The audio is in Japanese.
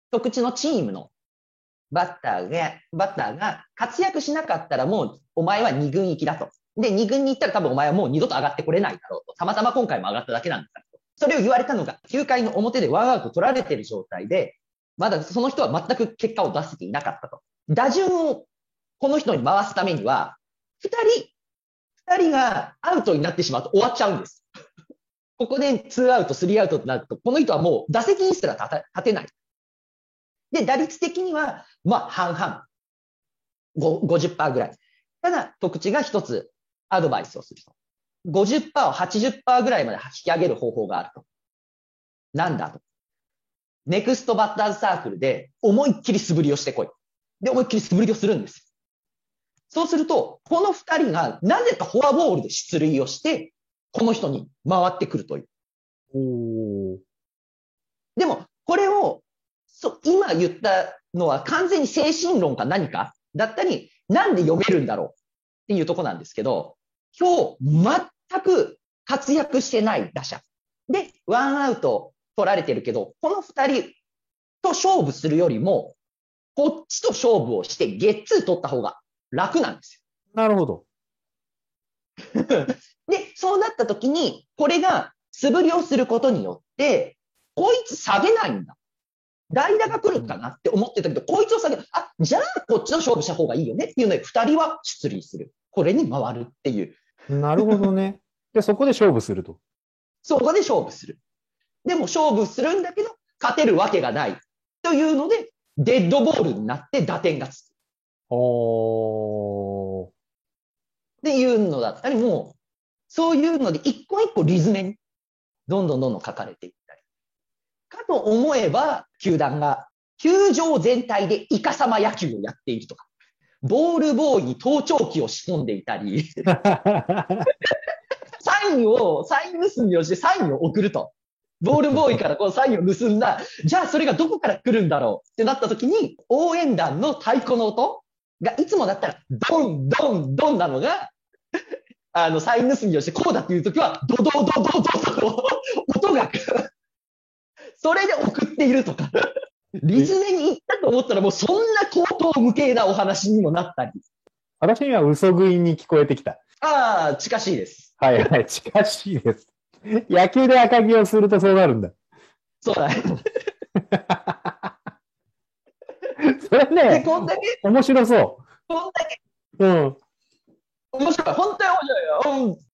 特地のチームのバッターが活躍しなかったらもうお前は2軍行きだと。で、2軍に行ったら多分お前はもう二度と上がってこれないだろうと。たまたま今回も上がっただけなんだと。それを言われたのが9回の表でワンアウト取られてる状態で、まだその人は全く結果を出せていなかったと。打順をこの人に回すためには、二人がアウトになってしまうと終わっちゃうんです。ここで2アウト、3アウトとなると、この人はもう打席にすら立てない。で、打率的には、半々。50% ぐらい。ただ、特地が一つアドバイスをすると。50% を 80% ぐらいまで引き上げる方法があると。なんだと。ネクストバッターズサークルで思いっきり素振りをしてこい。で、思いっきり素振りをするんです。そうすると、この二人がなぜかフォアボールで出塁をして、この人に回ってくるという。でも、これを、今言ったのは完全に精神論か何かだったり、なんで読めるんだろうっていうとこなんですけど、今日全く活躍してない打者。で、ワンアウト取られてるけど、この二人と勝負するよりも、こっちと勝負をしてゲッツー取った方が楽なんですよ。なるほど。 で、そうなった時に、これが素振りをすることによって、こいつ下げないんだ。代打が来るかなって思ってたけど、こいつを下げる。じゃあこっちの勝負した方がいいよねっていうので、二人は出塁する。これに回るっていう。 なるほどね。で、そこで勝負すると。 そこで勝負する。でも勝負するんだけど、勝てるわけがない。というので、デッドボールになって打点がつく。っていうのだったり、もう、そういうので一個一個リズムにどんどん書かれていったり。かと思えば、球団が球場全体でイカサマ野球をやっているとか、ボールボーイに盗聴器を仕込んでいたり、サイン盗みをしてサインを送ると。ボールボーイからこのサインを盗んだ、じゃあそれがどこから来るんだろうってなった時に、応援団の太鼓の音がいつもだったら、ドン、ドン、ドンなのが、サイン盗みをしてこうだっていう時は、ドドドドドド音が、それで送っているとか、リズムに行ったと思ったらもうそんな高等無形なお話にもなったり。 私には嘘食いに聞こえてきた。 近しいです。 はいはい、近しいです。野球で赤木をするとそうなるんだ。 そうだね。 それね、 こんだけ、 面白そう。 こんだけ、 うん。 面白い。本当に面白いよ。